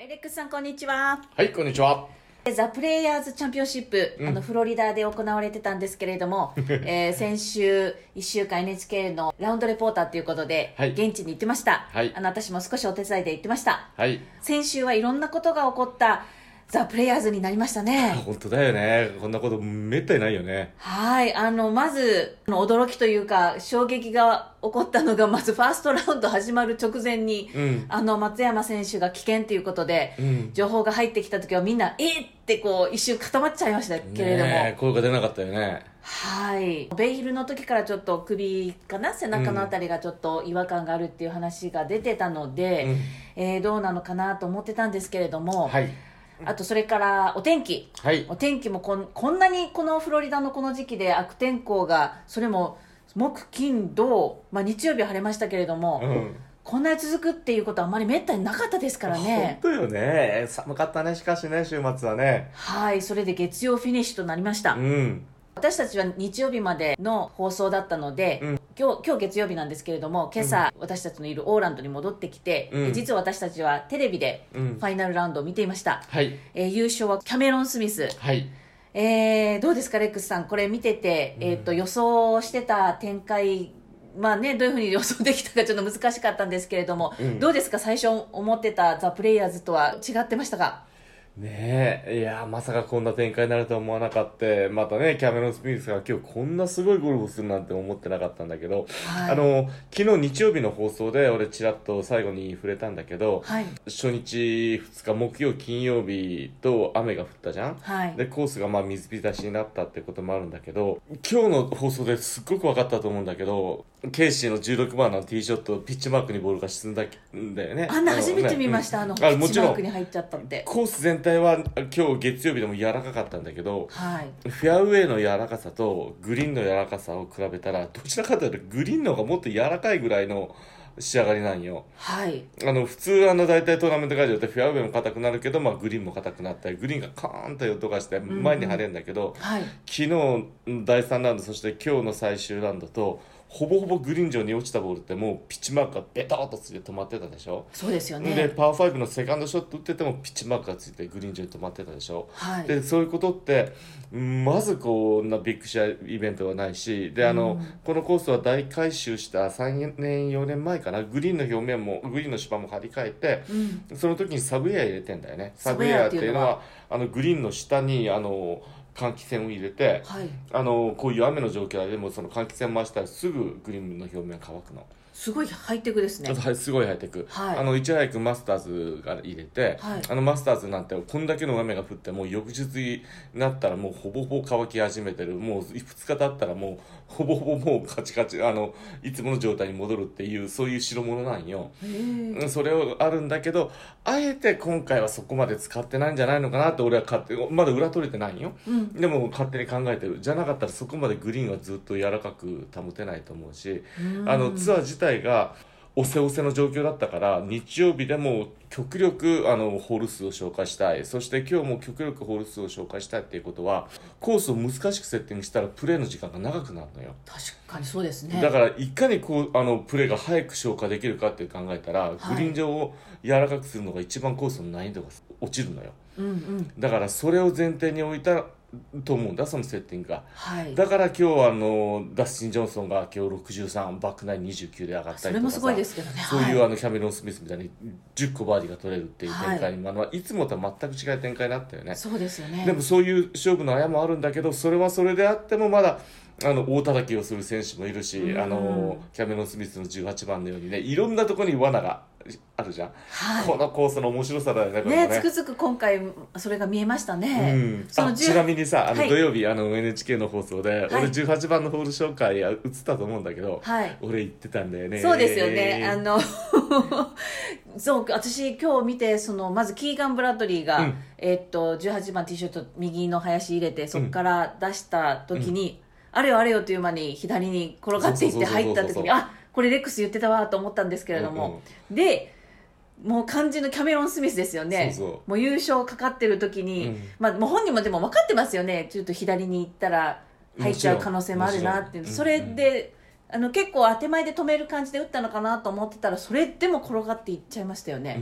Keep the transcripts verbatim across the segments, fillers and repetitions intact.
レックスさん、こんにちは。 はい、こんにちは。 ザ・プレイヤーズチャンピオンシップ、うん、あのフロリダで行われてたんですけれども、えー、先週いっしゅうかん エヌエイチケー のラウンドレポーターということで、はい、現地に行ってました、はい、あの私も少しお手伝いで行ってました、はい、先週はいろんなことが起こったザ・プレイヤーズになりましたね。 本当だよね。こんなことめったにないよね。 はい。あの、まず、驚きというか、衝撃が起こったのが、まずファーストラウンド始まる直前に、うん、あの、松山選手が危険ということで、うん、情報が入ってきた時はみんな、えーってこう、一瞬固まっちゃいましたけれども。 ねえ、声が出なかったよね。 はい。ベイヒルの時からちょっと首かな、背中のあたりがちょっと違和感があるっていう話が出てたので、うん、えー、どうなのかなと思ってたんですけれども、はい。あとそれからお天気、はい、お天気もこ ん, こんなにこのフロリダのこの時期で悪天候がそれも木金土、まあ、日曜日は晴れましたけれども、うん、こんなに続くっていうことはあまりめったになかったですからね。 本当よね。寒かったね。しかしね、週末はね。 はい。それで月曜フィニッシュとなりました、うん、私たちは日曜日までの放送だったので、うん、今日、今日月曜日なんですけれども、今朝、うん、私たちのいるオーランドに戻ってきて、うん、実は私たちはテレビでファイナルラウンドを見ていました、はい。えー、優勝はキャメロン・スミス、はい。えー、どうですかレックスさん、これ見てて、えー、と予想してた展開、まあね、どういうふうに予想できたかちょっと難しかったんですけれども、うん、どうですか、最初思ってたザ・プレイヤーズとは違ってましたか？ ねえ、いやまさかこんな展開になるとは思わなかった。またね、キャメロン・スミスが今日こんなすごいゴルフするなんて思ってなかったんだけど、はい、あの昨日日曜日の放送で俺ちらっと最後に触れたんだけど、はい、初日ふつか木曜金曜日と雨が降ったじゃん、はい、でコースがまあ水浸しになったってこともあるんだけど、今日の放送ですっごく分かったと思うんだけど、ケイシーのじゅうろくばんのティーショットピッチマークにボールが沈んだんだよね。 あんな初めて見ました、あの、ね、うん、ピッチマークに入っちゃったってコース全体は今日月曜日でも柔らかかったんだけど、はい、フェアウェイの柔らかさとグリーンの柔らかさを比べたらどちらかというとグリーンの方がもっと柔らかいぐらいの仕上がりなんよ。はい。あの普通あの大体トーナメント会場ってフェアウェイも硬くなるけど、まあ、グリーンも硬くなったりグリーンがカーンと音がして前に跳ねるんだけど、うんうん、はい、昨日だいさんラウンドそして今日の最終ラウンドとほぼほぼグリーン上に落ちたボールってもうピッチマークがベターとついて止まってたでしょ。 そうですよね。 でパーファイブのセカンドショット打っててもピッチマークがついてグリーン上に止まってたでしょ、はい、でそういうことってまずこんなビッグ試合イベントはないし、であの、うん、このコースは大改修したさんねんよねんまえかな、グリーンの表面もグリーンの芝も張り替えて、うん、その時にサブエア入れてんだよね。サブエアっていうのはあのグリーンの下にあの換気扇を入れて、はい、あのこういう雨の状況でもその換気扇回したらすぐグリーンの表面が乾くの。 すごいハイテクですね。 すごいハイテク、はい、あのいち早くマスターズが入れて、はい、あのマスターズなんてこんだけの雨が降ってもう翌日になったらもうほぼほぼ乾き始めてる。もうふつか経ったらもうほぼほぼもうカチカチ、あのいつもの状態に戻るっていうそういう代物なんよ。それをあるんだけど、あえて今回はそこまで使ってないんじゃないのかなって俺は勝手まだ裏取れてないよ、うん、でも勝手に考えてる。じゃなかったらそこまでグリーンはずっと柔らかく保てないと思うし、あのツアー自体がおせおせの状況だったから日曜日でも極力あのホール数を紹介したい、そして今日も極力ホール数を紹介したいっていうことはコースを難しくセッティングしたらプレーの時間が長くなるのよ。 確かにそうですね。 だからいかにこうあのプレーが早く消化できるかって考えたら、はい、グリーン上を柔らかくするのが一番コースの難易度が落ちるのよ、うんうん、だからそれを前提に置いたと思うんだ、そのセッティングが、はい、だから今日あのダスティン・ジョンソンが今日ろくじゅうさんバックナインにじゅうきゅうで上がったりとかさ、 それもすごいですけどね、 そういう、はい、あのキャメロン・スミスみたいにじゅっこバーディーが取れるっていう展開に、はい、あのいつもとは全く違う展開になったよね。 そうですよね。 でもそういう勝負のあやもあるんだけど、それはそれであってもまだあの大叩きをする選手もいるし、あのキャメロン・スミスのじゅうはちばんのようにね、いろんなところに罠があるじゃん、はい、このコースの面白さだよね。これもね、 ね、つくづく今回それが見えましたね、うん、 そのちなみにさ、あの土曜日、はい、あの エヌエイチケー の放送で、はい、俺じゅうはちばんのホール紹介映ったと思うんだけど、はい、俺言ってたんだよね。 そうですよね、あのそう私今日見て、そのまずキーガン・ブラッドリーが、うん、えー、っとじゅうはちばんティーショット右の林入れてそこから出した時に、うん、あれよあれよという間に左に転がっていって入った時に、あ、これレックス言ってたわと思ったんですけれども、うんうん、でもう肝心のキャメロン・スミスですよね。そうそう、もう優勝かかってる時に、うん、まあ、もう本人もでも分かってますよね。ちょっと左に行ったら入っちゃう可能性もあるなっていう、それで、うんうん、あの結構手前で止める感じで打ったのかなと思ってたら、それでも転がっていっちゃいましたよね、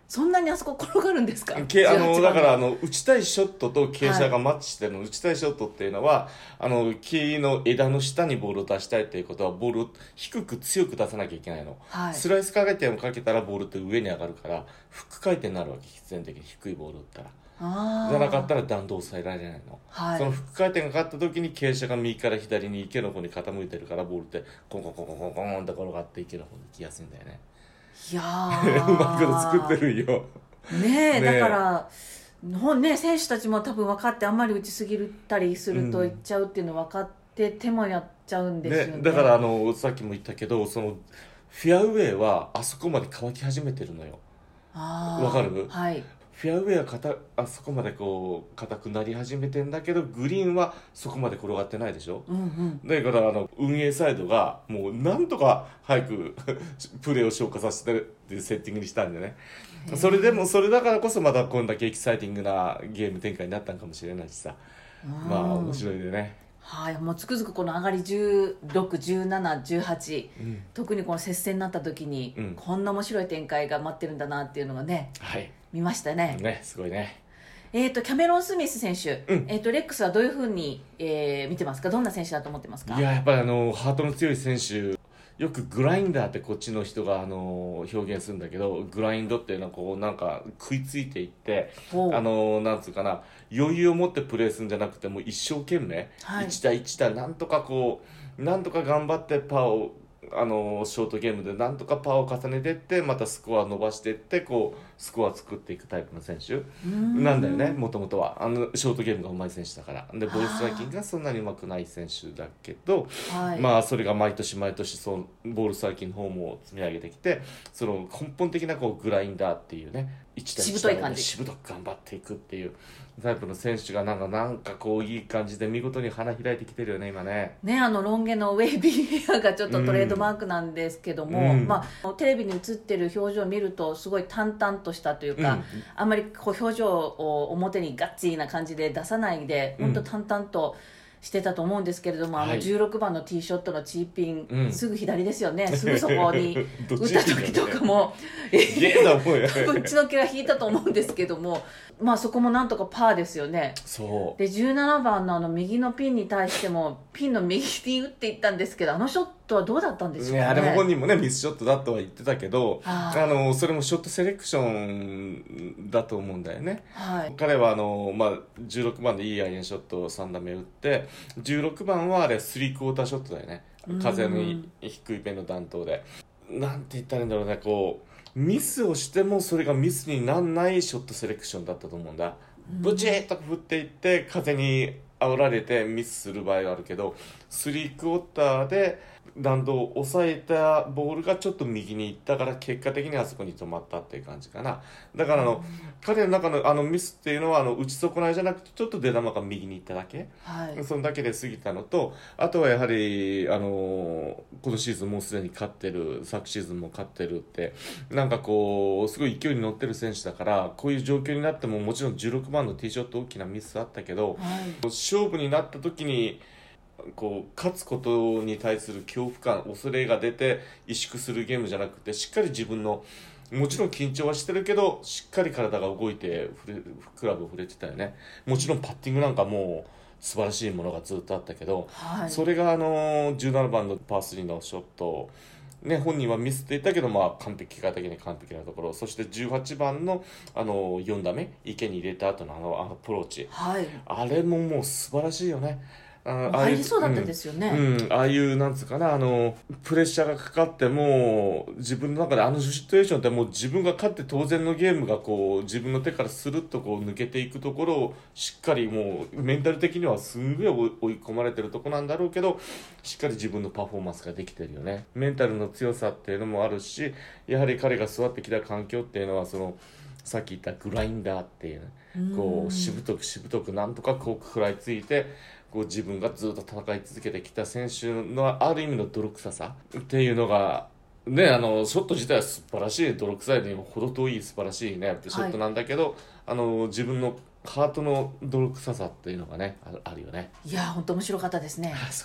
そんなにあそこ転がるんですか？ けあのだからあの打ちたいショットと傾斜がマッチしてるの、はい、打ちたいショットっていうのはあの木の枝の下にボールを出したいっていうことはボールを低く強く出さなきゃいけないの、はい、スライス回転をかけたらボールって上に上がるからフック回転になるわけ、必然的に低いボールを打ったら。 あじゃなかったら弾道を抑えられないの、はい、そのフック回転がかかった時に傾斜が右から左に池の方に傾いてるからボールってコンコンコンコンコンコンって転がって池の方に行きやすいんだよね。 いやーうまく作ってるよねえ、 ねえだからほんね、選手たちも多分分かって、あんまり打ちすぎたりするといっちゃうっていうの分かっててもやっちゃうんですよね。 ね、だからあのさっきも言ったけどそのフェアウェイはあそこまで乾き始めてるのよ。 あわかる？ はい。 フェアウェイはかたあそこまでこう硬くなり始めてんだけどグリーンはそこまで転がってないでしょ、 うんうん、 だからあの運営サイドがもうなんとか早くプレーを消化させてるっていうセッティングにしたんでね、それでもそれだからこそまだこんだけエキサイティングなゲーム展開になったんかもしれないしさ、まあ面白いでね。 はい、もうつくづくこの上がりじゅうろく、じゅうなな、じゅうはち、うん、特にこの接戦になった時に、うん、こんな面白い展開が待ってるんだなっていうのがね、 はい、 見ましたね。 ね、すごいね。 えーと、キャメロン・スミス選手、 うん、 えーと、レックスはどういうふうに、えー、見てますか？どんな選手だと思ってますか？ いや、やっぱりあのハートの強い選手、よくグラインダーってこっちの人があの表現するんだけど、グラインドっていうのはこうなんか食いついていってあのなんつうかな、余裕を持ってプレーするんじゃなくてもう一生懸命、はい、いち対いち対なんとかこうなんとか頑張ってパーをあのショートゲームでなんとかパーを重ねていってまたスコアを伸ばしていってこうスコアを作っていくタイプの選手なんだよね。もともとはあのショートゲームが上手い選手だからで、ボールストライキングがそんなに上手くない選手だけど、はい、まあそれが毎年毎年そのボールストライキングの方も積み上げてきて、その根本的なこうグラインダーっていうねいち対いち対しぶとく頑張っていくっていうタイプの選手がなんかなんかこういい感じで見事に花開いてきてるよね今ね。 ね、あのロン毛のウェイビーヘアがちょっとトレードマークなんですけども、うん、まあ、テレビに映ってる表情を見るとすごい淡々としたというか、うん、あんまりこう表情を表にガッツリな感じで出さないで本当淡々としてたと思うんですけれども、あのじゅうろくばんのティーショットのチーピン、うん、すぐ左ですよね、すぐそこに打った時とかも多分血の気が引いたと思うんですけども、まあそこもなんとかパーですよね。 そうでじゅうななばんのあの右のピンに対してもピンの右に打っていったんですけど、あのショットはどうだったんでしょうかね。 いやでも本人もねミスショットだとは言ってたけど、あのそれもショットセレクションだと思うんだよね、はい、彼はあの、まあ、じゅうろくばんでいいアイアンショットをさん打目打ってじゅうろくばんはあれスリークォーターショットだよね。風の低いめの弾頭でなんて言ったらいいんだろうね、こうミスをしてもそれがミスにならないショットセレクションだったと思うんだ。ブチッと振っていって風に煽られてミスする場合があるけど、スリークォーターで弾道を抑えたボールがちょっと右に行ったから結果的にあそこに止まったっていう感じかな。だからあの、うん、彼の中のあのミスっていうのはあの打ち損ないじゃなくてちょっと出球が右に行っただけ、はい、そのだけで過ぎたのと、あとはやはりあのこのシーズンもうすでに勝ってる、昨シーズンも勝ってるってなんかこうすごい勢いに乗ってる選手だから、こういう状況になってももちろんじゅうろくばんのティーショット大きなミスあったけど、はい、勝負になった時にこう勝つことに対する恐怖感、恐れが出て萎縮するゲームじゃなくて、しっかり自分のもちろん緊張はしてるけどしっかり体が動いてクラブを触れてたよね。もちろんパッティングなんかもう素晴らしいものがずっとあったけど、はい、それがあのじゅうななばんのパースリーのショットね、本人はミスっていたけど、まあ、完璧、結果的に完璧なところ、そしてじゅうはちばんの、あのよん打目池に入れた後のあのアプローチ、はい、あれももう素晴らしいよね。 ああ入りそうだったですよね、 うんうん、ああいうなんつうかな、あのプレッシャーがかかっても自分の中であのシチュエーションってもう自分が勝って当然のゲームがこう自分の手からスルッとこう抜けていくところをしっかりもうメンタル的にはすんごい追い込まれてるとこなんだろうけど、しっかり自分のパフォーマンスができてるよね。メンタルの強さっていうのもあるし、やはり彼が育ってきた環境っていうのはそのさっき言ったグラインダーっていう、ね、こうしぶとくしぶとくなんとかこう食らいついてこう自分がずっと戦い続けてきた選手のある意味の泥臭さっていうのがね、あのショット自体は素晴らしい、泥臭いにも程遠い素晴らしいねショットなんだけど、はい、あの自分のハートの泥臭さっていうのがね あ, あるよね。 いや本当面白かったですね。 そうね。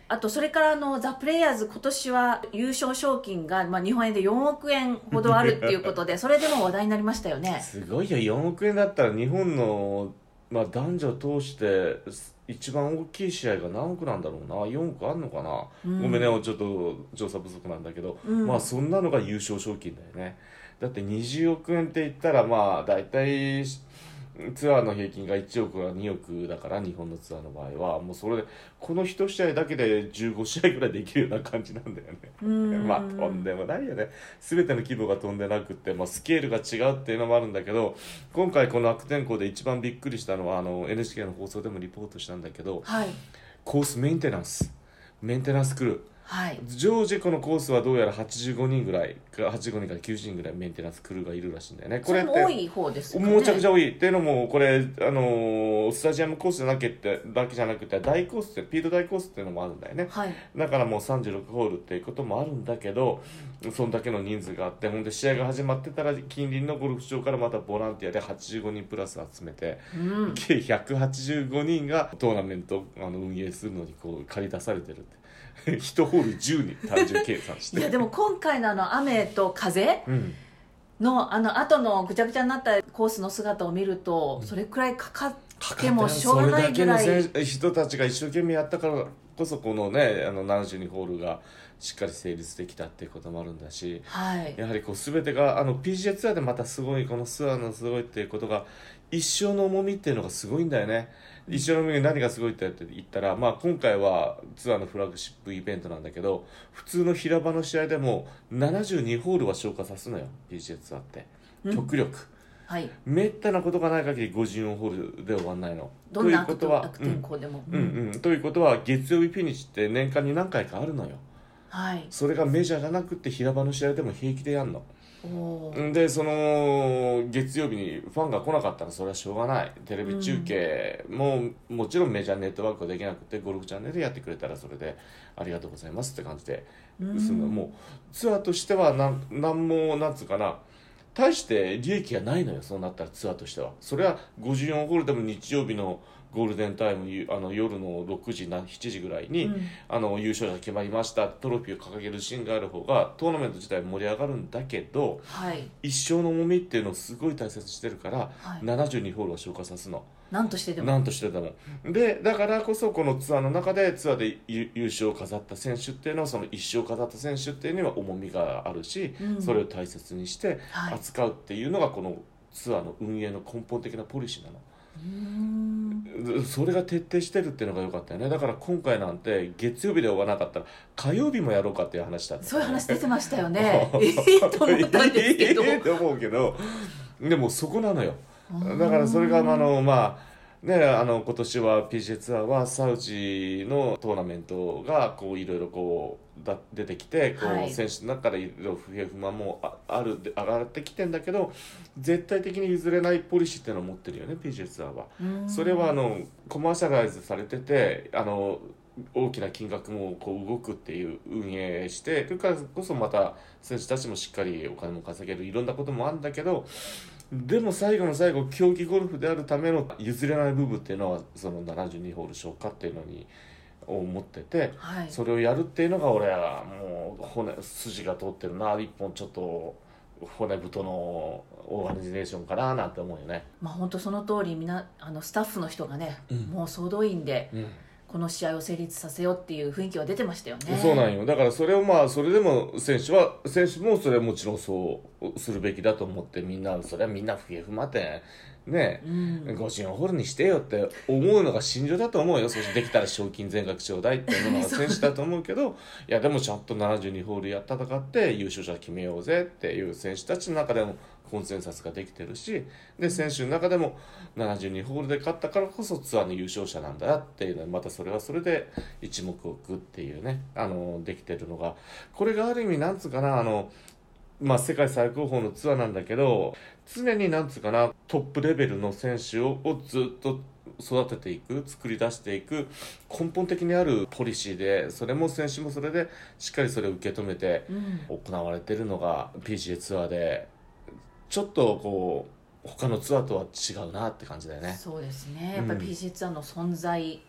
あとそれからあのザ・プレイヤーズ今年は優勝賞金が、まあ、日本円でよんおくえんほどあるっていうことでそれでも話題になりましたよね。 すごいよ、よんおくえんだったら日本の、まあ、男女通して一番大きい試合が何億なんだろうな、よんおくあんのかな、うん、ごめんねちょっと調査不足なんだけど、うん、まあそんなのが優勝賞金だよね。だってにじゅうおくえんって言ったらまあ大体ツアーの平均がいちおくがにおくだから、日本のツアーの場合はもうそれでこのいち試合だけでじゅうごしあいぐらいできるような感じなんだよね。まあとんでもないよね、全ての規模がとんでなくって、まあ、スケールが違うっていうのもあるんだけど、今回この悪天候で一番びっくりしたのはあの エヌエイチケー の放送でもリポートしたんだけど、 はい、 コースメンテナンスメンテナンスクルー、 はい、 常時このコースはどうやらはちじゅうごにんぐらいはちじゅうごにんからきゅうじゅうにんぐらいメンテナンスクルーがいるらしいんだよね。 これってそれも多い方ですかね。 もうちゃくちゃ多いっていうのも、これあのスタジアムコースじゃなくてだけじゃなくて大コースってフィールド大コースっていうのもあるんだよね、 はい、 だからもうさんじゅうろくホールっていうこともあるんだけど、そんだけの人数があって、ほんで試合が始まってたら近隣のゴルフ場からまたボランティアではちじゅうごにんプラス集めて、うん、計ひゃくはちじゅうごにんがトーナメントあの運営するのにこう借り出されてるっていちホールじゅうにん単純計算していやでも今回のあの雨と風の、うん、あの後のぐちゃぐちゃになったコースの姿を見ると、うん、それくらいかかってもしょうがないぐらい、 それだけの人たちが一生懸命やったからこそこのねあのななじゅうにホールがしっかり成立できたっていうこともあるんだし、 はい、 やはりこう全てがあの ピージーエー ツアーでまたすごい、このツアーのすごいっていうことが一生の重みっていうのがすごいんだよね。一生の重み何がすごいって言ったら、まあ、今回はツアーのフラッグシップイベントなんだけど、普通の平場の試合でもななじゅうにホールは消化さすのよ ピージーエー ツアーって、うん、極力、 はい、 めったなことがない限りごじゅうよんホールで終わんないの。 どんな悪天候でも、 うんうんうん、ということは月曜日フィニッシュって年間に何回かあるのよ、 はい、 それがメジャーじゃなくて平場の試合でも平気でやんの。でその月曜日にファンが来なかったらそれはしょうがない、テレビ中継も、うん、もちろんメジャーネットワークができなくてゴルフチャンネルでやってくれたらそれでありがとうございますって感じで、うん、そのもうツアーとしてはなんなんもなんつうかな、大して利益がないのよ、そうなったらツアーとしては。それはごじゅうよんホールでも日曜日のゴールデンタイム、あの夜のろくじなしちじぐらいに、うん、あの優勝者決まりましたトロフィーを掲げるシーンがある方がトーナメント自体盛り上がるんだけど、 はい、 一生の重みっていうのをすごい大切にしてるから、はい、ななじゅうにホールを消化さすの、 何としてでも何としてでもで、だからこそこのツアーの中でツアーで優勝を飾った選手っていうのは、その一生を飾った選手っていうのは重みがあるし、うん、それを大切にして扱うっていうのがこのツアーの運営の根本的なポリシーなの。うーん、それが徹底してるっていうのが良かったよね。だから今回なんて月曜日で終わらなかったら火曜日もやろうかっていう話だった、ね、 そういう話出てましたよねいいと思ったんですけどいいと思うけど、でもそこなのよ。だからそれがあのまあね、あの今年は ピージーエー ツアーはサウジのトーナメントがこういろいろこうだ出てきてこう、はい、選手の中からいろいろ不平不満も あ, ある上がってきてんだけど、絶対的に譲れないポリシーっていうのを持ってるよね ピージーエー ツアーは。それはあのコマーシャライズされてて、あの大きな金額もこう動くっていう運営してるからこそ、また選手たちもしっかりお金も稼げる、いろんなこともあるんだけど、でも最後の最後競技ゴルフであるための譲れない部分っていうのはそのななじゅうにホール消化っていうのに思ってて、はい、それをやるっていうのが俺はもう骨筋が通ってるな、一本ちょっと骨太のオーガニゼーションかななんて思うよね。 まあ本当その通り、みなあのスタッフの人がね、うん、もう総動員で、うん、この試合を成立させようっていう雰囲気は出てましたよね。 そうなんよ。だからそれをまあそれでも選手は選手もそれはもちろんそうするべきだと思って、みんなそれはみんな不平不満点ね、うん、ごじゅうよんホールにしてよって思うのが心情だと思うよ。そしてできたら賞金全額ちょうだいっていうのが選手だと思うけどいやでもちゃんとななじゅうにホールや戦って優勝者決めようぜっていう選手たちの中でもコンセンサスができてるし、で選手の中でもななじゅうにホールで勝ったからこそツアーの優勝者なんだっていうのは、またそれはそれで一目置くっていうね、あのできてるのが、これがある意味なんつうかな、あのまあ、世界最高峰のツアーなんだけど、常になんつうかなトップレベルの選手をずっと育てていく、作り出していく根本的にあるポリシーで、それも選手もそれでしっかりそれを受け止めて行われているのが ピージーエー ツアーで、ちょっとこう他のツアーとは違うなって感じだよね。 そうですね、やっぱり ピージーエー ツアーの存在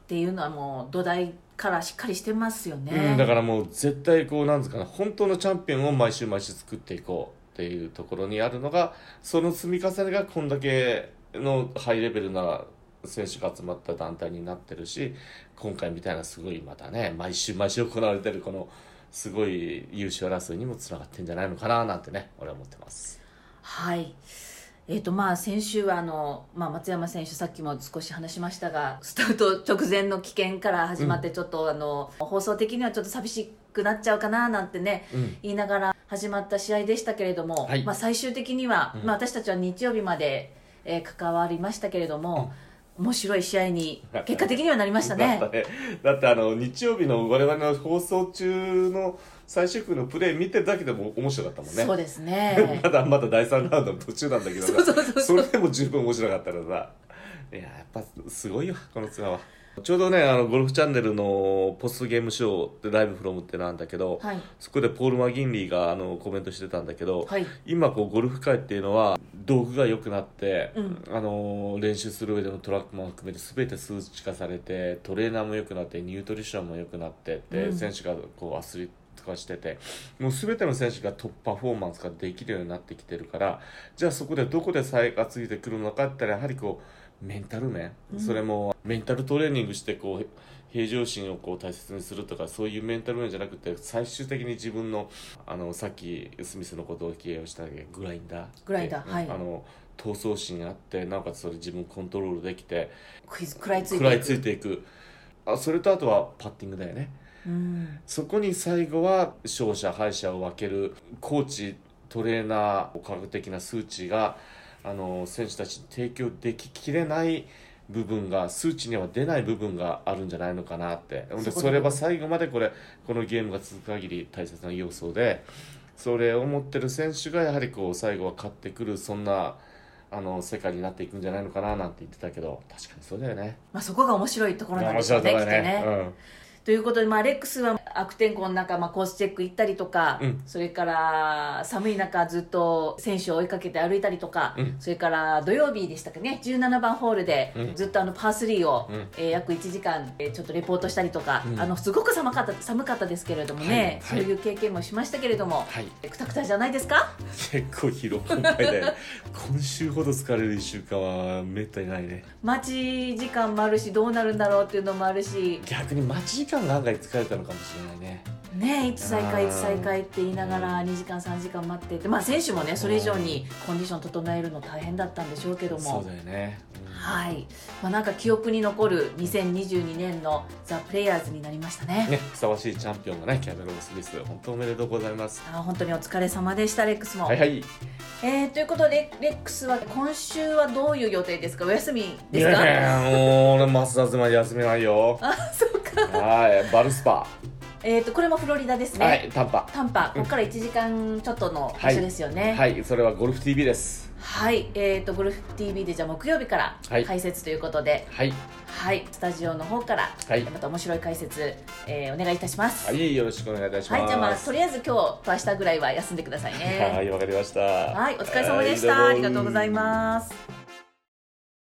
っていうのはもう土台からしっかりしてますよね、 うん、だからもう絶対こうなんですかね、本当のチャンピオンを毎週毎週作っていこうっていうところにあるのが、その積み重ねがこんだけのハイレベルな選手が集まった団体になってるし、今回みたいなすごいまたね毎週毎週行われてるこのすごい優勝争いにもつながってんじゃないのかななんてね、俺は思ってます。 はい。えーとまあ、先週はあの、まあ、松山選手さっきも少し話しましたが、スタート直前の危険から始まってちょっと、うん、あの放送的にはちょっと寂しくなっちゃうかななんてね、うん、言いながら始まった試合でしたけれども、はい、まあ、最終的には、うん、まあ、私たちは日曜日まで、えー、関わりましたけれども、うん、面白い試合に結果的にはなりましたね。 だって、だってあの日曜日の我々の放送中の最終組のプレー見てるだけでも面白かったもんね。 そうですねまだまだだいさんラウンドの途中なんだけどさ、そうそうそうそう、それでも十分面白かったらさ、いややっぱすごいよこのツアーは。ちょうどね、あのゴルフチャンネルのポストゲームショーでライブフロムってなんだけど、はい、そこでポール・マギンリーがあのコメントしてたんだけど、はい、今こうゴルフ界っていうのは道具が良くなって、うん、あの練習する上でのトラックも含めて全て数値化されて、トレーナーも良くなって、ニュートリションも良くなってって、うん、選手がこうアスリートとかしてて、もう全ての選手がトップパフォーマンスができるようになってきてるから、じゃあそこでどこで差がついてくるのかって言ったら、やはりこうメンタル面、うん、それもメンタルトレーニングしてこう平常心をこう大切にするとか、そういうメンタル面じゃなくて、最終的に自分のあのさっきスミスのことを形容したけどグラインダーグラインダー、はい、 あの闘争心あって、なおかつそれ自分コントロールできて食らいついていく、 食らいついていく、あそれとあとはパッティングだよね。うん、そこに最後は勝者敗者を分けるコーチトレーナー科学的な数値があの選手たちに提供でききれない部分が、数値には出ない部分があるんじゃないのかなって。でそれは最後までこれこのゲームが続く限り大切な要素で、それを持ってる選手がやはりこう最後は勝ってくる、そんなあの世界になっていくんじゃないのかななんて言ってたけど、確かにそうだよね。 まあ、そこが面白いところなんですよね、きっとね、うん、ということで、まあ、レックスは悪天候の中、まあ、コースチェック行ったりとか、うん、それから寒い中ずっと選手を追いかけて歩いたりとか、うん、それから土曜日でしたかね、じゅうななばんホールでずっとあのパースリーを、うん、えー、約いちじかんちょっとレポートしたりとか、うん、あのすごく寒かった寒かったですけれどもね、はい、そういう経験もしましたけれども、はい、くたくたじゃないですか。 結構疲労困憊で今週ほど疲れるいっしゅうかんはめったにないね。 待ち時間もあるし、どうなるんだろうっていうのもあるし、 逆に待ち時間が案外疲れたのかもしれないね。 ね、いつ再開いつ再開って言いながらにじかんさんじかん待ってて、まあ、選手もねそれ以上にコンディション整えるの大変だったんでしょうけども、 そうだよね、 うん、はい、まあ、なんか記憶に残るにせんにじゅうにねんのザ・プレイヤーズになりました ね, ねふさわしいチャンピオンがねキャメロン・スミス、本当おめでとうございます。 あ本当にお疲れ様でした。レックスも、 はいはい、 えー、ということでレックスは今週はどういう予定ですか。お休みですか。 いやもう俺マスターズまで休めないよ。 あそうか。 はいバルスパ、 えー、とこれもフロリダですね。 はい、タンパ。 タンパ、ここからいちじかんちょっとの場所ですよね。 はい、はい、それはゴルフ ティービー です。 はい、えー、とゴルフ ティービー でじゃあ木曜日から解説ということで、はい、はい、スタジオの方から、はい、また面白い解説、えー、お願いいたします。 はい、よろしくお願いいたします。 はい、じゃあまあとりあえず今日と明日ぐらいは休んでくださいね。 はい、わかりました。 はい、お疲れ様でした。はい、ありがとうございます。